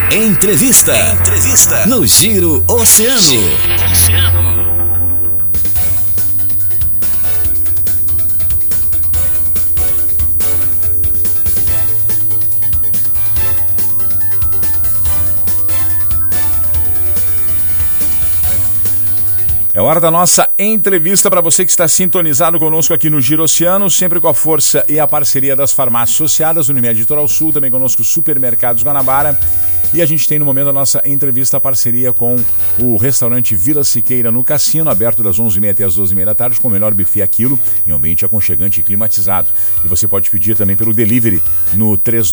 Entrevista no Giro Oceano. É hora da nossa entrevista para você que está sintonizado conosco aqui no Giro Oceano, sempre com a força e a parceria das farmácias associadas, Unimed Litoral Sul, também conosco Supermercados Guanabara. E a gente tem no momento a nossa entrevista a parceria com o restaurante Vila Siqueira no Cassino, aberto das 11h30 até as 12h30 da tarde, com o melhor buffet a quilo, em ambiente aconchegante e climatizado. E você pode pedir também pelo delivery no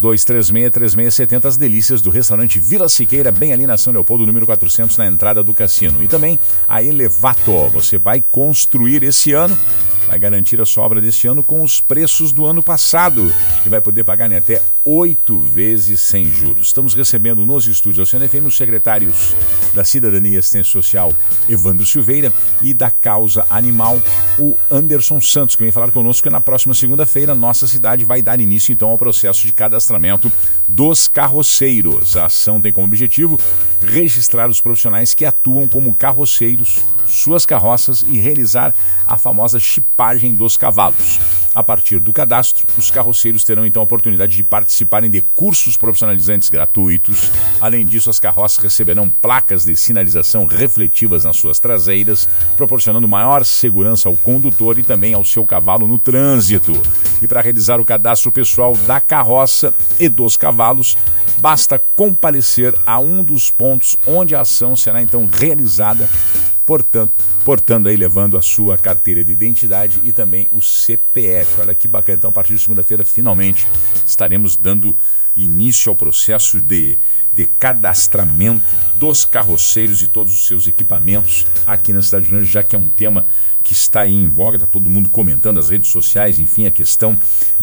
3236-3670, as delícias do restaurante Vila Siqueira, bem ali na São Leopoldo, número 400, na entrada do cassino. E também a Elevato, você vai construir esse ano, vai garantir a sua obra deste ano com os preços do ano passado e vai poder pagar em até 8 vezes sem juros. Estamos recebendo nos estúdios Oceano FM os secretários da Cidadania e Assistência Social, Evandro Silveira, e da Causa Animal, o Anderson Santos, que vem falar conosco que na próxima segunda-feira nossa cidade vai dar início então ao processo de cadastramento dos carroceiros. A ação tem como objetivo registrar os profissionais que atuam como carroceiros, suas carroças e realizar a famosa chipagem dos cavalos. A partir do cadastro, os carroceiros terão então a oportunidade de participarem de cursos profissionalizantes gratuitos. Além disso, as carroças receberão placas de sinalização refletivas nas suas traseiras, proporcionando maior segurança ao condutor e também ao seu cavalo no trânsito. E para realizar o cadastro pessoal da carroça e dos cavalos, basta comparecer a um dos pontos onde a ação será então realizada, portando aí, levando a sua carteira de identidade e também o CPF. Olha que bacana. Então, a partir de segunda-feira, finalmente, estaremos dando início ao processo de cadastramento dos carroceiros e todos os seus equipamentos aqui na cidade de Rio Grande, já que é um tema que está aí em voga, está todo mundo comentando nas redes sociais, enfim, a questão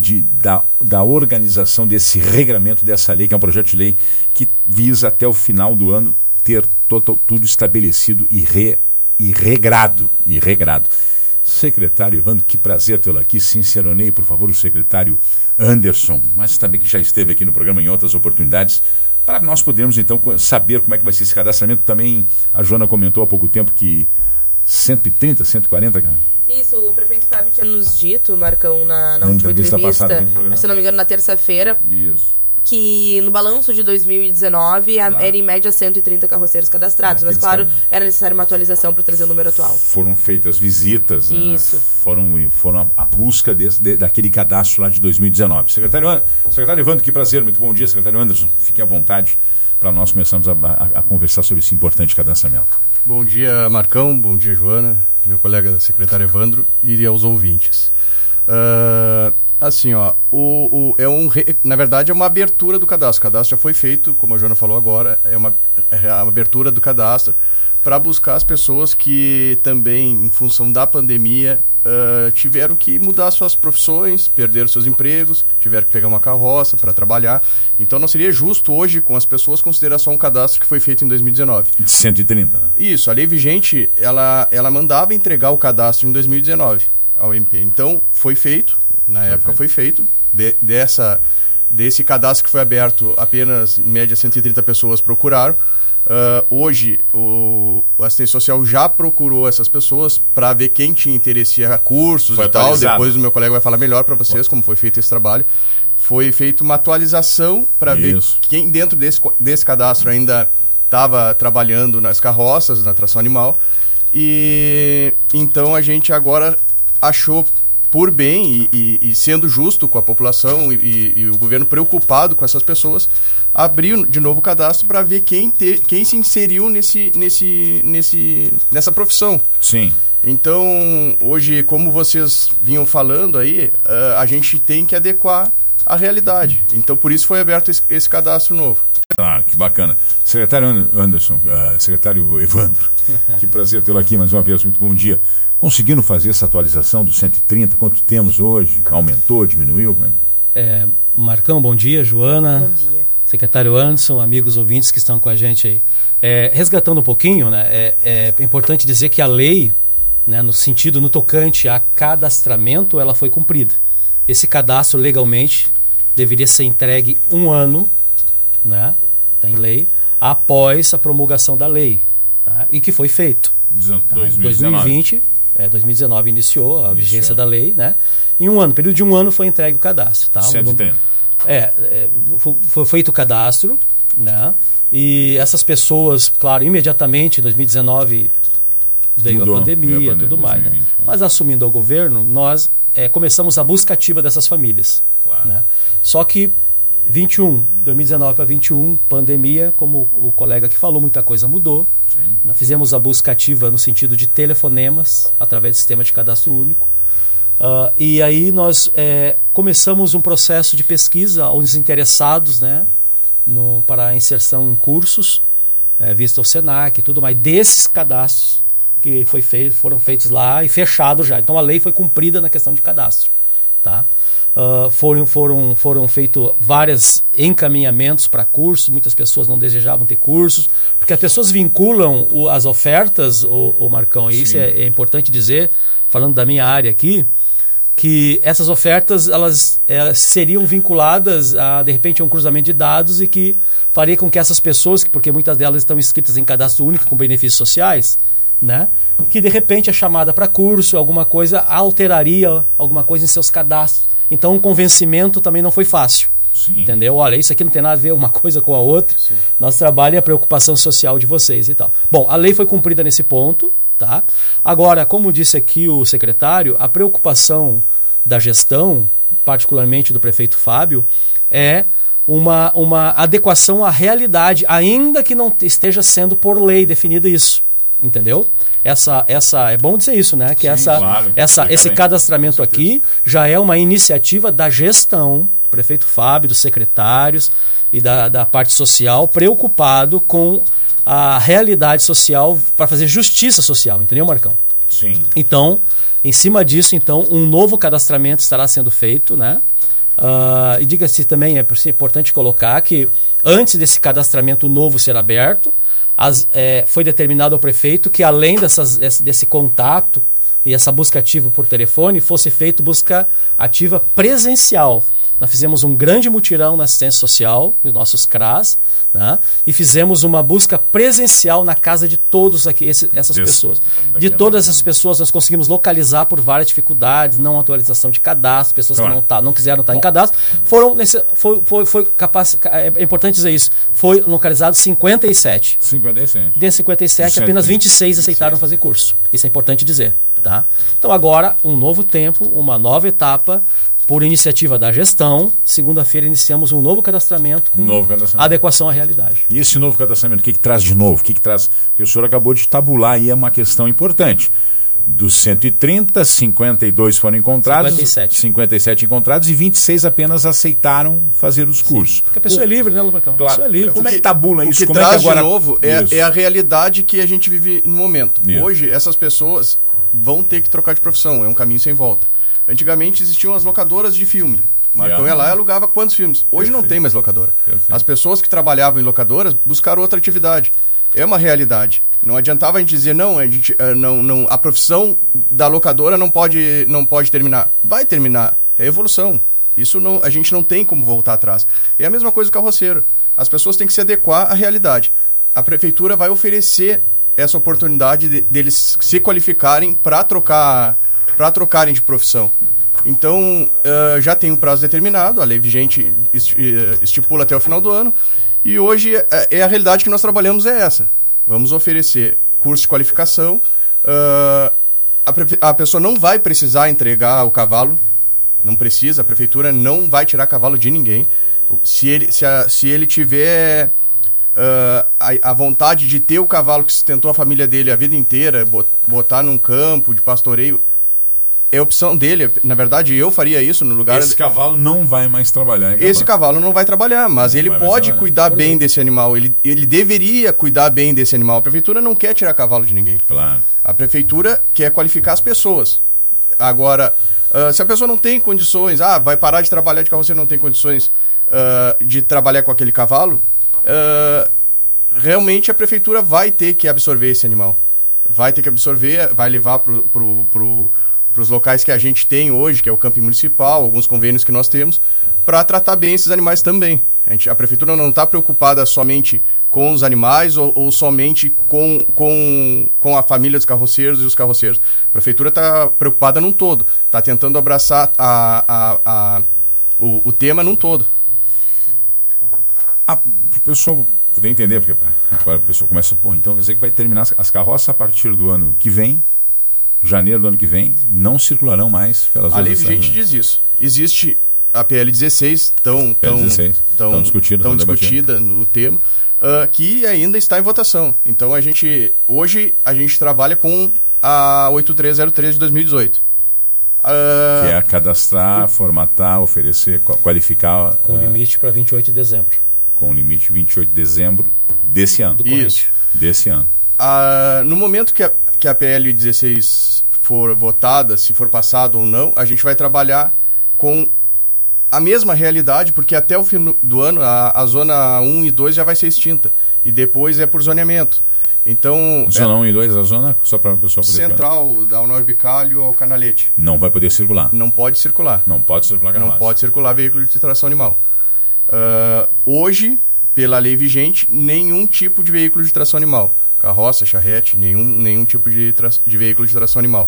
da organização desse regramento dessa lei, que é um projeto de lei que visa até o final do ano ter tudo estabelecido e regrado. Secretário Evandro, que prazer tê-lo aqui. Sinceronei, por favor, o secretário Anderson, mas também que já esteve aqui no programa em outras oportunidades, para nós podermos então saber como é que vai ser esse cadastramento. Também a Joana comentou há pouco tempo que 130, 140... Isso, o prefeito Fábio tinha nos dito, Marcão, na última entrevista, se não me engano, na terça-feira. Isso. Que no balanço de 2019 era em média 130 carroceiros cadastrados, mas claro, era necessário uma atualização para trazer o número atual. Foram feitas visitas, isso. Foram a busca daquele cadastro lá de 2019. Secretário Evandro, que prazer, muito bom dia, secretário Anderson, fique à vontade para nós começarmos a conversar sobre esse importante cadastramento. Bom dia, Marcão, bom dia, Joana, meu colega secretário Evandro e aos ouvintes. Assim, ó, na verdade é uma abertura do cadastro. O cadastro já foi feito, como a Joana falou agora, é uma abertura do cadastro para buscar as pessoas que também, em função da pandemia, tiveram que mudar suas profissões, perderam seus empregos, tiveram que pegar uma carroça para trabalhar. Então não seria justo hoje com as pessoas considerar só um cadastro que foi feito em 2019. De 130, né? Isso, a lei vigente, ela mandava entregar o cadastro em 2019 ao MP. Então foi feito. Na época foi feito, desse cadastro que foi aberto, apenas em média 130 pessoas procuraram. Hoje o assistente social já procurou essas pessoas para ver quem tinha interesse a cursos foi e tal. Atualizado. Depois o meu colega vai falar melhor para vocês como foi feito esse trabalho. Foi feita uma atualização para ver quem dentro desse cadastro ainda estava trabalhando nas carroças, na tração animal. E então a gente agora achou por bem e sendo justo com a população e o governo preocupado com essas pessoas, abriu de novo o cadastro para ver quem se inseriu nessa profissão. Sim. Então, hoje, como vocês vinham falando aí, a gente tem que adequar a realidade. Então, por isso foi aberto esse cadastro novo. Ah, que bacana. Secretário Anderson, secretário Evandro, que prazer tê-lo aqui mais uma vez, muito bom dia. Conseguindo fazer essa atualização dos 130, quanto temos hoje? Aumentou, diminuiu? Marcão, bom dia. Joana. Bom dia. Secretário Anderson, amigos ouvintes que estão com a gente aí. Resgatando um pouquinho, né, é importante dizer que a lei, né, no tocante a cadastramento, ela foi cumprida. Esse cadastro legalmente deveria ser entregue 1 ano, né, Tem lei após a promulgação da lei, tá? E que foi feito. Tá? Em 2019 iniciou a vigência da lei, né? Em período de um ano foi entregue o cadastro. Tá? 130. Foi feito o cadastro, né? E essas pessoas, claro, imediatamente em 2019 veio a pandemia e tudo mais. 2020, né? Mas assumindo o governo, nós começamos a busca ativa dessas famílias. Claro. Né? Só que 2019 para 21, pandemia, como o colega que falou, muita coisa mudou. Nós fizemos a busca ativa no sentido de telefonemas, através do sistema de cadastro único. E aí nós começamos um processo de pesquisa aos interessados, né, para a inserção em cursos, vista o Senac e tudo mais, desses cadastros que foram feitos lá e fechados já. Então a lei foi cumprida na questão de cadastro. Tá? Foram feitos vários encaminhamentos para cursos, muitas pessoas não desejavam ter cursos, porque as pessoas vinculam as ofertas, o Marcão, e isso é importante dizer, falando da minha área aqui, que essas ofertas elas seriam vinculadas a, de repente, um cruzamento de dados e que faria com que essas pessoas, porque muitas delas estão inscritas em cadastro único com benefícios sociais, né, que de repente a chamada para curso, alguma coisa, alteraria alguma coisa em seus cadastros. Então o convencimento também não foi fácil. Sim. Entendeu? Olha, isso aqui não tem nada a ver uma coisa com a outra. Sim. Nosso trabalho é a preocupação social de vocês e tal. Bom, a lei foi cumprida nesse ponto. Tá? Agora, como disse aqui o secretário, a preocupação da gestão, particularmente do prefeito Fábio, é uma adequação à realidade, ainda que não esteja sendo por lei definida isso. Entendeu? É bom dizer isso, né? Que sim, claro. Esse cadastramento aqui já é uma iniciativa da gestão, do prefeito Fábio, dos secretários e da parte social, preocupado com a realidade social para fazer justiça social, entendeu, Marcão? Sim. Então, em cima disso, então, um novo cadastramento estará sendo feito, né? E diga-se também, é importante colocar que antes desse cadastramento novo ser aberto, foi determinado ao prefeito que, além desse contato e essa busca ativa por telefone, fosse feita busca ativa presencial. Nós fizemos um grande mutirão na assistência social, nos nossos CRAS, né? E fizemos uma busca presencial na casa de todos aqui, essas pessoas. De todas essas pessoas, nós conseguimos localizar por várias dificuldades, não atualização de cadastro, pessoas que não quiseram estar em cadastro. É importante dizer isso, foi localizado 57. 57. De 57, apenas 26 aceitaram fazer curso. Isso é importante dizer. Tá? Então agora, um novo tempo, uma nova etapa, por iniciativa da gestão. Segunda-feira iniciamos um novo cadastramento com adequação à realidade. E esse novo cadastramento, o que traz de novo? Porque o senhor acabou de tabular aí uma questão importante. Dos 130, 52 foram encontrados, 57 encontrados e 26 apenas aceitaram fazer os cursos. Porque a pessoa é livre, né, Lucacão? Claro. A pessoa é livre. Como é que tabula isso? O que traz de novo é a realidade que a gente vive no momento. Isso. Hoje, essas pessoas vão ter que trocar de profissão, é um caminho sem volta. Antigamente existiam as locadoras de filme. Marcão ia lá e alugava quantos filmes? Hoje não tem mais locadora. Perfeito. As pessoas que trabalhavam em locadoras buscaram outra atividade. É uma realidade. Não adiantava a gente dizer, a profissão da locadora não pode terminar. Vai terminar. É evolução. Isso a gente não tem como voltar atrás. É a mesma coisa do carroceiro. As pessoas têm que se adequar à realidade. A prefeitura vai oferecer essa oportunidade deles se qualificarem para trocarem de profissão. Então, já tem um prazo determinado, a lei vigente estipula até o final do ano, e hoje a realidade que nós trabalhamos é essa. Vamos oferecer curso de qualificação, a pessoa não vai precisar entregar o cavalo, não precisa, a prefeitura não vai tirar cavalo de ninguém. Se ele tiver a vontade de ter o cavalo que sustentou a família dele a vida inteira, botar num campo de pastoreio, é opção dele. Na verdade, eu faria isso no lugar... Esse cavalo não vai mais trabalhar, hein, Esse cavalo não vai trabalhar, mas ele pode cuidar bem desse animal. Ele deveria cuidar bem desse animal. A prefeitura não quer tirar cavalo de ninguém. Claro. A prefeitura quer qualificar as pessoas. Agora, se a pessoa não tem condições... vai parar de trabalhar de carroceiro, não tem condições de trabalhar com aquele cavalo... realmente a prefeitura vai ter que absorver esse animal. Vai ter que absorver, vai levar pro os locais que a gente tem hoje, que é o camping municipal, alguns convênios que nós temos, para tratar bem esses animais também. A prefeitura não está preocupada somente com os animais ou somente com a família dos carroceiros e os carroceiros. A prefeitura está preocupada num todo, está tentando abraçar o tema num todo. O pessoal poder entender, porque agora o pessoal começa, então quer dizer que vai terminar as carroças a partir do ano que vem, janeiro do ano que vem, não circularão mais pelas ruas da cidade. A lei vigente diz isso. Existe a PL 16, tão discutida no tema, que ainda está em votação. Então hoje a gente trabalha com a 8303 de 2018. Que é cadastrar, formatar, oferecer, qualificar. Com limite para 28 de dezembro. Com limite de 28 de dezembro desse ano. Isso. Desse ano. No momento que a PL 16 for votada, se for passado ou não, a gente vai trabalhar com a mesma realidade, porque até o fim do ano a zona 1 e 2 já vai ser extinta. E depois é por zoneamento. Então, zona 1 e 2, a zona, só para o pessoal poder central, da Honório Bicalho ao Canalete. Não vai poder circular. Não pode circular. Não pode circular carroça. Não pode circular veículo de tração animal. Hoje, pela lei vigente, nenhum tipo de veículo de tração animal. Carroça, charrete, nenhum tipo de veículo de tração animal.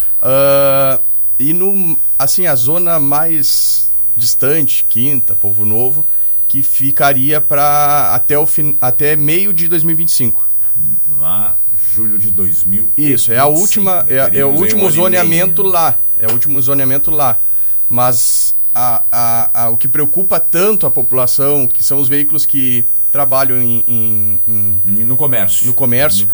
E a zona mais distante, Quinta, Povo Novo, que ficaria para até meio de 2025. Lá, julho de 2025. Isso, é a última, é o último zoneamento lá. É o último zoneamento lá. Mas o que preocupa tanto a população, que são os veículos que trabalham no comércio. No comércio.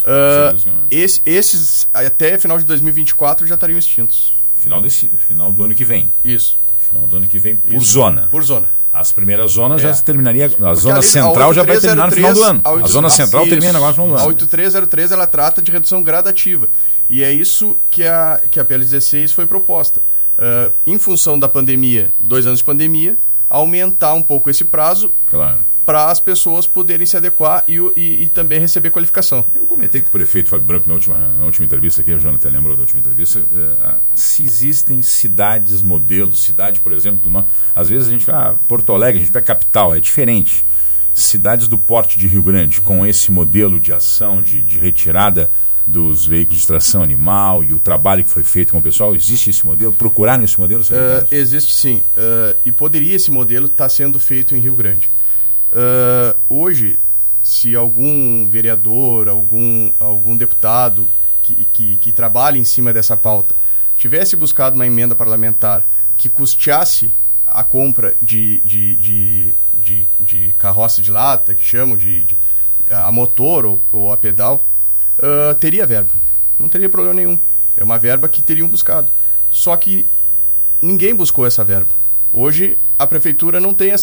Esses, até final de 2024, já estariam extintos. Final do ano que vem. Isso. Final do ano que vem, por zona. Por zona. As primeiras zonas já terminaria. A zona central já vai terminar no final do ano. A zona central termina agora no final do ano. A 8303 ela trata de redução gradativa. E é isso que a PL 16 foi proposta. Em função da pandemia, 2 anos de pandemia, aumentar um pouco esse prazo. Claro. Para as pessoas poderem se adequar e também receber qualificação. Eu comentei com o prefeito Fábio Branco na última entrevista aqui, o Jonathan lembrou da última entrevista, se existem cidades modelos, por exemplo, às vezes a gente fala, Porto Alegre, a gente pega capital, é diferente. Cidades do porte de Rio Grande, com esse modelo de ação, de retirada dos veículos de tração animal e o trabalho que foi feito com o pessoal, existe esse modelo? Procuraram esse modelo? Existe sim, e poderia esse modelo estar sendo feito em Rio Grande. Hoje, se algum vereador, algum deputado que trabalha em cima dessa pauta tivesse buscado uma emenda parlamentar que custeasse a compra de carroça de lata, que chamam a motor ou a pedal, teria verba. Não teria problema nenhum. É uma verba que teriam buscado. Só que ninguém buscou essa verba. Hoje, a prefeitura não tem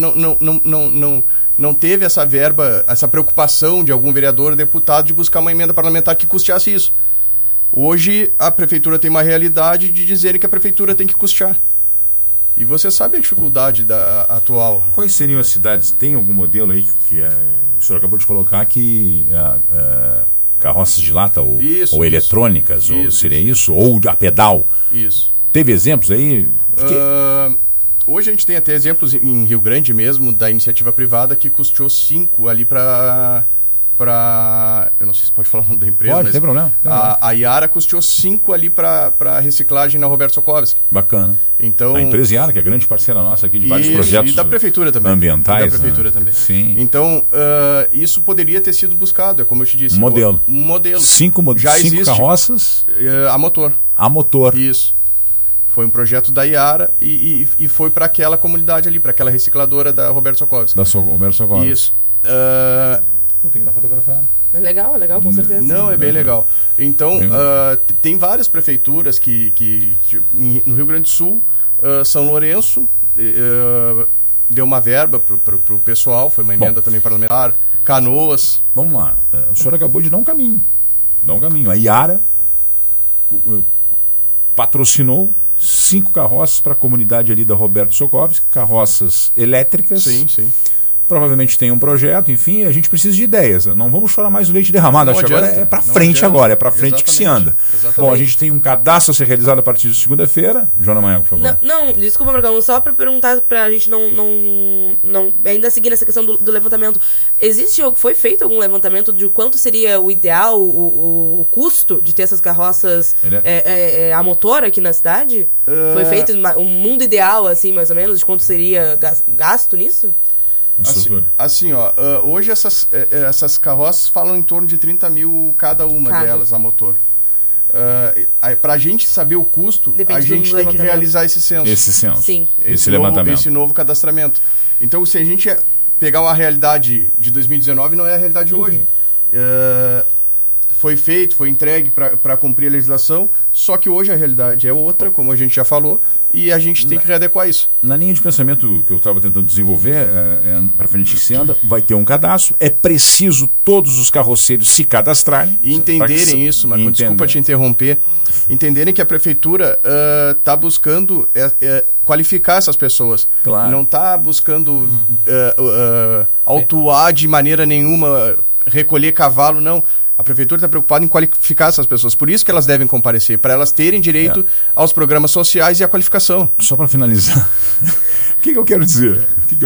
não teve essa verba, essa preocupação de algum vereador ou deputado de buscar uma emenda parlamentar que custeasse isso. Hoje, a prefeitura tem uma realidade de dizerem que a prefeitura tem que custear. E você sabe a dificuldade atual. Quais seriam as cidades? Tem algum modelo aí que o senhor acabou de colocar que carroças de lata ou eletrônicas, ou seria isso? Ou a pedal? Isso. Teve exemplos aí? Hoje a gente tem até exemplos em Rio Grande mesmo, da iniciativa privada, que custeou 5 ali para... Eu não sei se pode falar o nome da empresa, pode, mas tem problema. A Iara custeou 5 ali para reciclagem na Roberto Sokovski. Bacana. Então, a empresa Iara, que é grande parceira nossa aqui de vários projetos. E da prefeitura também. Ambientais. E da prefeitura também. Sim. Então, isso poderia ter sido buscado, é como eu te disse. Um modelo. 5 carroças. A motor. A motor. Isso. Foi um projeto da Iara e foi para aquela comunidade ali, para aquela recicladora da Roberto Sokovski. Roberto Sokovski. Isso. Tem que dar fotografia. É legal, com certeza. Não, é bem legal. Então, tem várias prefeituras que no Rio Grande do Sul, São Lourenço deu uma verba para o pessoal, foi uma emenda também parlamentar. Canoas. Vamos lá. O senhor acabou de dar um caminho. A Iara patrocinou 5 carroças para a comunidade ali da Roberto Sokovski, carroças elétricas. Sim. provavelmente tem um projeto, enfim, a gente precisa de ideias. Não vamos chorar mais o leite derramado. Acho que agora é para frente agora, é para frente que se anda. Exatamente. Bom, a gente tem um cadastro a ser realizado a partir de segunda-feira. Joana Manhago, por favor. Não, desculpa, Marcão, só para perguntar, para a gente não ainda seguir nessa questão do levantamento. Foi feito algum levantamento de quanto seria o ideal, o custo de ter essas carroças a motor aqui na cidade? Foi feito um mundo ideal, assim, mais ou menos, de quanto seria gasto nisso? Hoje essas carroças falam em torno de 30 mil cada uma delas, a motor. Para a gente saber o custo, a gente tem que realizar esse censo. Sim. Esse levantamento. Esse novo cadastramento. Então, se a gente pegar uma realidade de 2019, não é a realidade de hoje. Foi entregue para cumprir a legislação, só que hoje a realidade é outra, como a gente já falou, e a gente tem que readequar isso. Na linha de pensamento que eu estava tentando desenvolver, para frente que se anda, vai ter um cadastro, é preciso todos os carroceiros se cadastrarem. E entenderem isso, Marcos, desculpa te interromper, entenderem que a prefeitura está buscando qualificar essas pessoas. Claro. Não está buscando autuar de maneira nenhuma, recolher cavalo, não. A prefeitura está preocupada em qualificar essas pessoas. Por isso que elas devem comparecer, para elas terem direito aos programas sociais e à qualificação. Só para finalizar, o que eu quero dizer?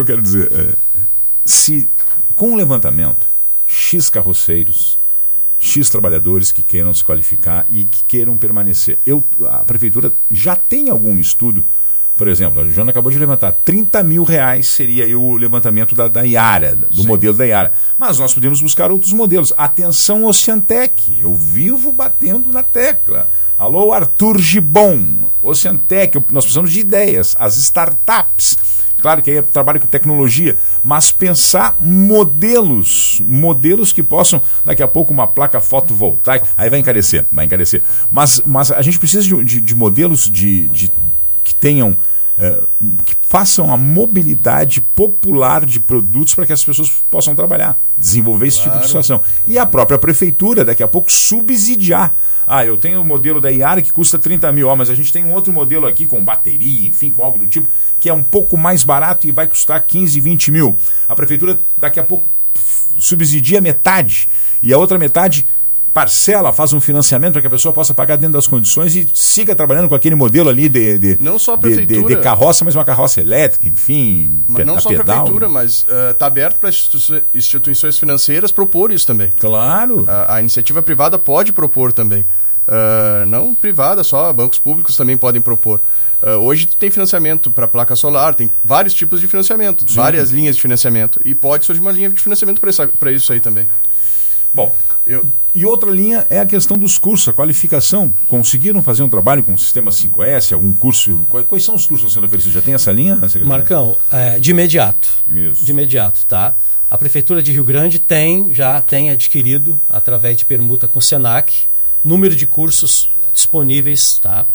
Se com o levantamento, X carroceiros, X trabalhadores que queiram se qualificar e que queiram permanecer, a prefeitura já tem algum estudo. Por exemplo, a Joana acabou de levantar, 30 mil reais seria o levantamento da Iara, do modelo da Iara. Mas nós podemos buscar outros modelos. Atenção, Oceantec, eu vivo batendo na tecla. Alô, Arthur Gibon, Oceantec, nós precisamos de ideias, as startups. Claro que aí é trabalho com tecnologia, mas pensar modelos que possam, daqui a pouco, uma placa fotovoltaica, aí vai encarecer. Mas a gente precisa de modelos que tenham, que façam a mobilidade popular de produtos para que as pessoas possam trabalhar, desenvolver esse tipo de situação. E a própria prefeitura, daqui a pouco, subsidiar. Eu tenho o modelo da Iara que custa 30 mil, mas a gente tem um outro modelo aqui com bateria, enfim, com algo do tipo, que é um pouco mais barato e vai custar 15, 20 mil. A prefeitura, daqui a pouco, subsidia metade, e a outra metade parcela, faz um financiamento para que a pessoa possa pagar dentro das condições e siga trabalhando com aquele modelo ali não só a prefeitura, de carroça, mas uma carroça elétrica, enfim, não só a prefeitura, mas está aberto para instituições financeiras propor isso também. Claro. A iniciativa privada pode propor também. Não privada só, bancos públicos também podem propor. Hoje tem financiamento para placa solar, tem vários tipos de financiamento, várias linhas de financiamento, e pode surgir uma linha de financiamento para isso aí também. Bom, e outra linha é a questão dos cursos, a qualificação. Conseguiram fazer um trabalho com o sistema 5S, algum curso? Quais são os cursos sendo oferecidos? Já tem essa linha, secretário? Marcão, de imediato. Isso. De imediato, tá? A Prefeitura de Rio Grande já tem adquirido, através de permuta com o Senac, número de cursos disponíveis, tá?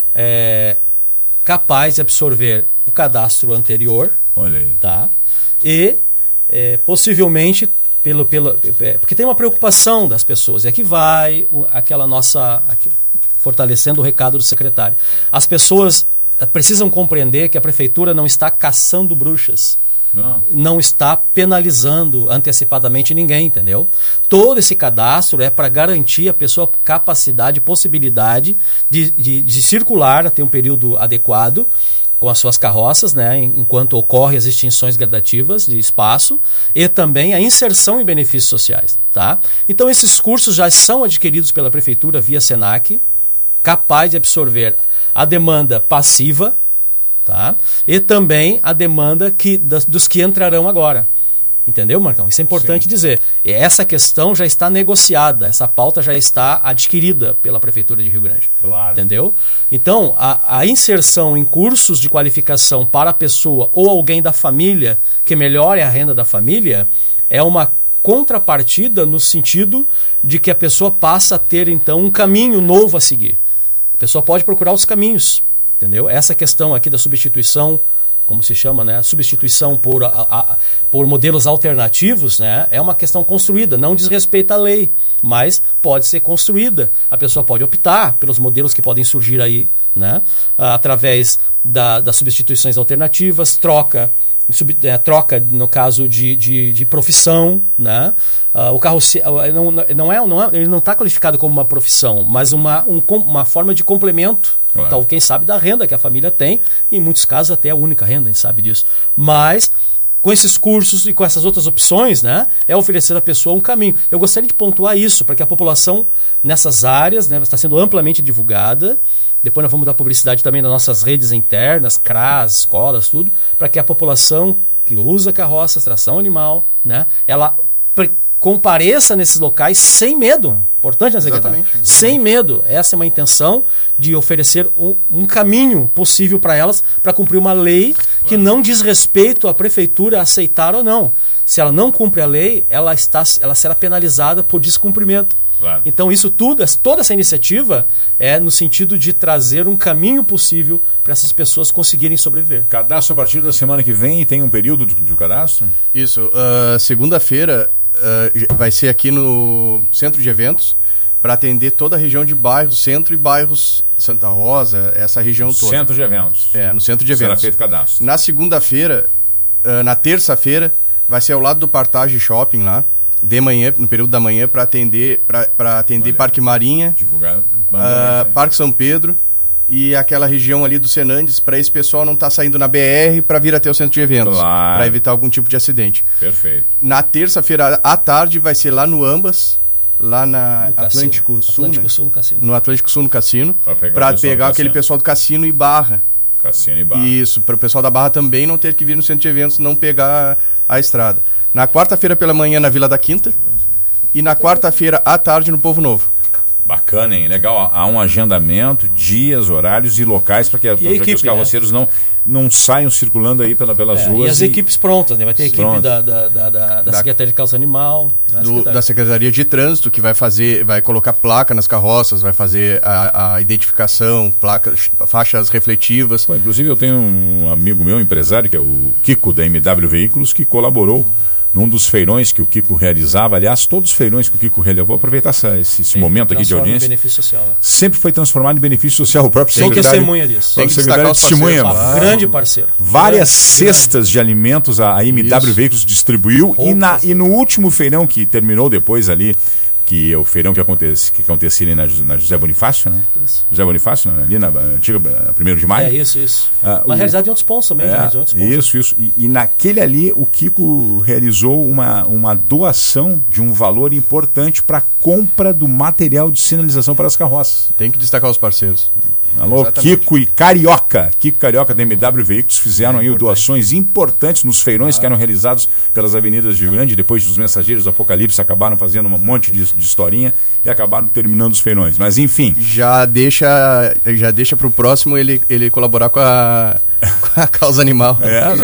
Capaz de absorver o cadastro anterior. Olha aí. Tá? E, possivelmente, porque tem uma preocupação das pessoas, e aqui vai aquela nossa, fortalecendo o recado do secretário. As pessoas precisam compreender que a prefeitura não está caçando bruxas, não está penalizando antecipadamente ninguém, entendeu? Todo esse cadastro é para garantir a pessoa capacidade, possibilidade de circular até um período adequado com as suas carroças, né, enquanto ocorrem as extinções gradativas de espaço, e também a inserção em benefícios sociais. Tá? Então, esses cursos já são adquiridos pela Prefeitura via Senac, capaz de absorver a demanda passiva, tá? E também a demanda dos que entrarão agora. Entendeu, Marcão? Isso é importante dizer. E essa questão já está negociada, essa pauta já está adquirida pela Prefeitura de Rio Grande. Claro. Entendeu? Então, a inserção em cursos de qualificação para a pessoa ou alguém da família que melhore a renda da família é uma contrapartida no sentido de que a pessoa passa a ter, então, um caminho novo a seguir. A pessoa pode procurar os caminhos, entendeu? Essa questão aqui da substituição, como se chama, né? Substituição por modelos alternativos, né? É uma questão construída, não diz respeito à lei, mas pode ser construída. A pessoa pode optar pelos modelos que podem surgir aí, né? Através das substituições alternativas, troca troca, no caso de profissão, né? O carro ele não está qualificado como uma profissão, mas uma forma de complemento, claro. Então, quem sabe da renda que a família tem, em muitos casos até a única renda, a gente sabe disso. Mas com esses cursos e com essas outras opções, né, é oferecer à pessoa um caminho. Eu gostaria de pontuar isso, para que a população nessas áreas, né, está sendo amplamente divulgada. Depois nós vamos dar publicidade também nas nossas redes internas, CRAS, escolas, tudo, para que a população que usa carroças, tração animal, né, ela compareça nesses locais sem medo. Importante, né, secretário? Exatamente. Sem medo. Essa é uma intenção de oferecer um caminho possível para elas para cumprir uma lei que não diz respeito à prefeitura aceitar ou não. Se ela não cumpre a lei, ela será penalizada por descumprimento. Claro. Então isso tudo, toda essa iniciativa é no sentido de trazer um caminho possível para essas pessoas conseguirem sobreviver. Cadastro a partir da semana que vem, tem um período do cadastro? Isso, segunda-feira vai ser aqui no Centro de Eventos para atender toda a região de bairros, centro e bairros Santa Rosa, essa região toda. Centro de Eventos. No Centro de Eventos. Será feito cadastro. Na segunda-feira, na terça-feira, vai ser ao lado do Partage Shopping lá, de manhã, no período da manhã, para atender Parque Marinha, Parque São Pedro e aquela região ali do Senandes, para esse pessoal não estar saindo na BR para vir até o Centro de Eventos, claro. Para evitar algum tipo de acidente. Perfeito. Na terça-feira à tarde vai ser lá no Ambas, lá na Atlântico Sul, Atlântico Sul no Cassino. No Atlântico Sul no Cassino, para pegar aquele pessoal do Cassino e Barra. Cassino e Barra. Isso, para o pessoal da Barra também não ter que vir no Centro de Eventos, não pegar a estrada. Na quarta-feira pela manhã na Vila da Quinta e na quarta-feira à tarde no Povo Novo. Bacana, hein? Legal. Há um agendamento, dias, horários e locais para que os carroceiros não saiam circulando aí pelas ruas. E as equipes prontas, né? Vai ter a equipe da Secretaria de Causa Animal. Da Secretaria de Trânsito, que vai colocar placa nas carroças, vai fazer a identificação, placas, faixas refletivas. Pô, inclusive eu tenho um amigo meu, empresário, que é o Kiko da MW Veículos, que colaborou num dos feirões que o Kiko realizava. Aliás, todos os feirões que o Kiko realizou, vou aproveitar esse momento aqui de audiência. Benefício social. Sempre foi transformado em benefício social. O próprio Sou testemunha disso. O secretário testemunha. Grande parceiro. Várias cestas de alimentos a MW Veículos distribuiu. E no último feirão que terminou depois ali, que é o feirão que acontecia ali na José Bonifácio, né? Isso. José Bonifácio, né? Ali na antiga 1º de maio. Isso. Mas realizado em outros pontos também. Isso. E naquele ali, o Kiko realizou uma doação de um valor importante para a compra do material de sinalização para as carroças. Tem que destacar os parceiros. Alô, exatamente. Kiko e Carioca. Kiko Carioca da MW Veículos fizeram aí doações importantes nos feirões que eram realizados pelas avenidas de Rio Grande. Depois dos Mensageiros do Apocalipse acabaram fazendo um monte de historinha e acabaram terminando os feirões. Mas enfim. Já deixa pro próximo ele colaborar com a causa animal.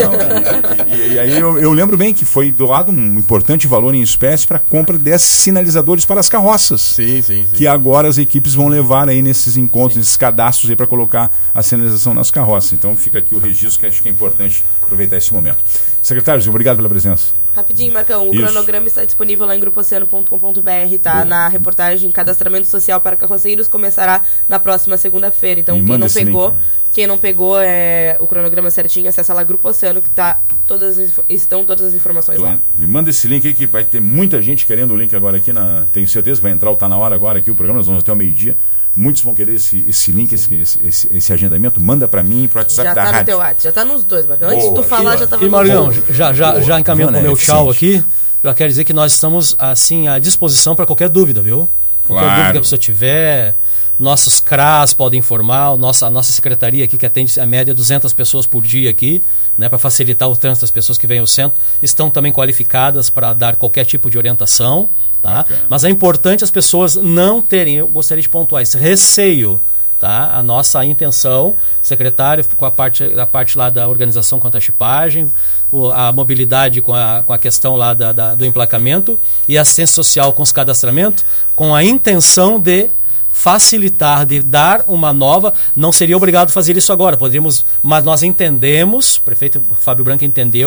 E aí eu lembro bem que foi doado um importante valor em espécie para a compra desses sinalizadores para as carroças. Sim. Que agora as equipes vão levar aí nesses encontros, nesses cadastros aí para colocar a sinalização nas carroças. Então fica aqui o registro, que acho que é importante aproveitar esse momento. Secretários, obrigado pela presença. Rapidinho, Marcão, o cronograma está disponível lá em grupooceano.com.br, tá? Na reportagem Cadastramento Social para Carroceiros, começará na próxima segunda-feira. Então, quem não pegou o cronograma certinho, acessa lá Grupo Oceano, que estão todas as informações lá. Me manda esse link aí, que vai ter muita gente querendo o link agora aqui. Tenho certeza que vai entrar, Tá Na Hora agora aqui o programa, nós vamos até o meio-dia. Muitos vão querer esse link, esse agendamento. Manda para mim pro WhatsApp da rádio. Já tá no teu WhatsApp, já tá nos dois, Marcão. Antes de tu falar, já tava no Marcão, já encaminhando pro meu tchau aqui. Já quero dizer que nós estamos assim à disposição para qualquer dúvida, viu? Qualquer dúvida que a pessoa tiver, nossos CRAS podem informar, a nossa secretaria aqui, que atende a média 200 pessoas por dia aqui, né, para facilitar o trânsito das pessoas que vêm ao centro, estão também qualificadas para dar qualquer tipo de orientação, tá? Mas é importante as pessoas não terem, eu gostaria de pontuar esse receio, tá? A nossa intenção, secretário, com a parte lá da organização contra a chipagem, a mobilidade com a questão lá do emplacamento e a assistência social com os cadastramentos, com a intenção de facilitar, de dar uma nova. Não seria obrigado a fazer isso agora, poderíamos, mas nós entendemos, o prefeito Fábio Branco entendeu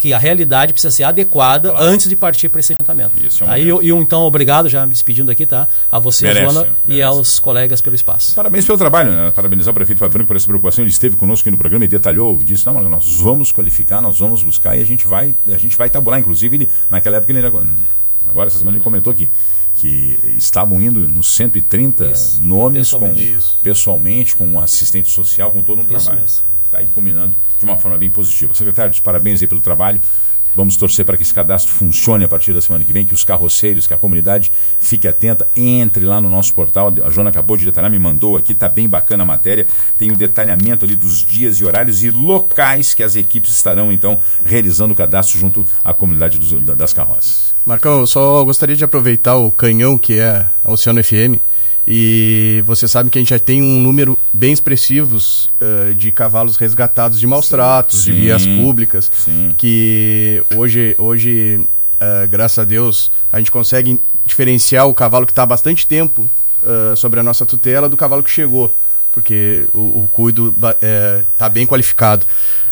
que a realidade precisa ser adequada antes de partir para esse enfrentamento. Isso, Aí então, obrigado, já me despedindo aqui, tá? A você, Joana, e aos colegas pelo espaço. Parabéns pelo trabalho, né? Parabenizar o prefeito Fábio Branco por essa preocupação. Ele esteve conosco aqui no programa e detalhou, disse, não, nós vamos qualificar, nós vamos buscar e a gente vai tabular. Inclusive, ele, naquela época, agora essa semana ele comentou que estavam indo nos 130 nomes pessoalmente, com um assistente social, com todo um trabalho. Está aí combinando de uma forma bem positiva. Secretário, parabéns aí pelo trabalho. Vamos torcer para que esse cadastro funcione a partir da semana que vem, que os carroceiros, que a comunidade fique atenta, entre lá no nosso portal. A Joana acabou de detalhar, me mandou aqui, tá bem bacana a matéria. Tem o detalhamento ali dos dias e horários e locais que as equipes estarão, então, realizando o cadastro junto à comunidade das carroças. Marcão, eu só gostaria de aproveitar o canhão que é a Oceano FM. E você sabe que a gente já tem um número bem expressivos de cavalos resgatados de maus tratos, de vias públicas, que hoje graças a Deus, a gente consegue diferenciar o cavalo que está há bastante tempo sobre a nossa tutela do cavalo que chegou, porque o cuido está bem qualificado.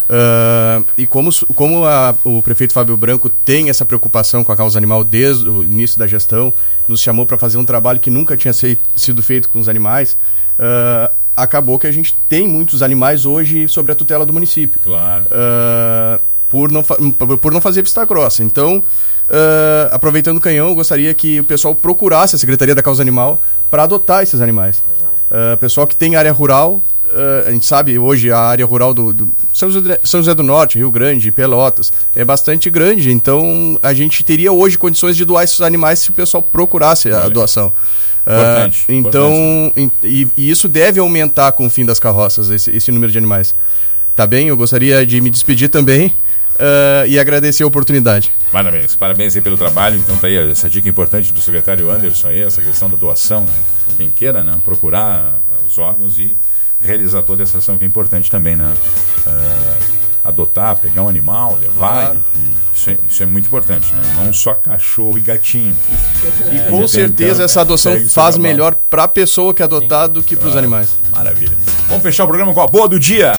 E como o prefeito Fábio Branco tem essa preocupação com a causa animal desde o início da gestão, nos chamou para fazer um trabalho que nunca tinha sido feito com os animais, acabou que a gente tem muitos animais hoje sob a tutela do município. Claro. Por não fazer vista grossa. Então, aproveitando o canhão, eu gostaria que o pessoal procurasse a Secretaria da Causa Animal para adotar esses animais. Pessoal que tem área rural, a gente sabe hoje a área rural do São José do Norte, Rio Grande, Pelotas, é bastante grande, então a gente teria hoje condições de doar esses animais se o pessoal procurasse a doação. Importante, então, e isso deve aumentar com o fim das carroças, esse número de animais. Tá bem? Eu gostaria de me despedir também e agradecer a oportunidade. Parabéns aí pelo trabalho. Então tá aí essa dica importante do secretário Anderson aí, essa questão da doação, né? Quem queira, né? Procurar os órgãos e realizar toda essa ação que é importante também, né? Adotar, pegar um animal, levar, claro. Isso é muito importante, né? Não só cachorro e gatinho. E com certeza essa adoção faz melhor para a pessoa que é adotada do que para os animais. Maravilha. Vamos fechar o programa com a boa do dia.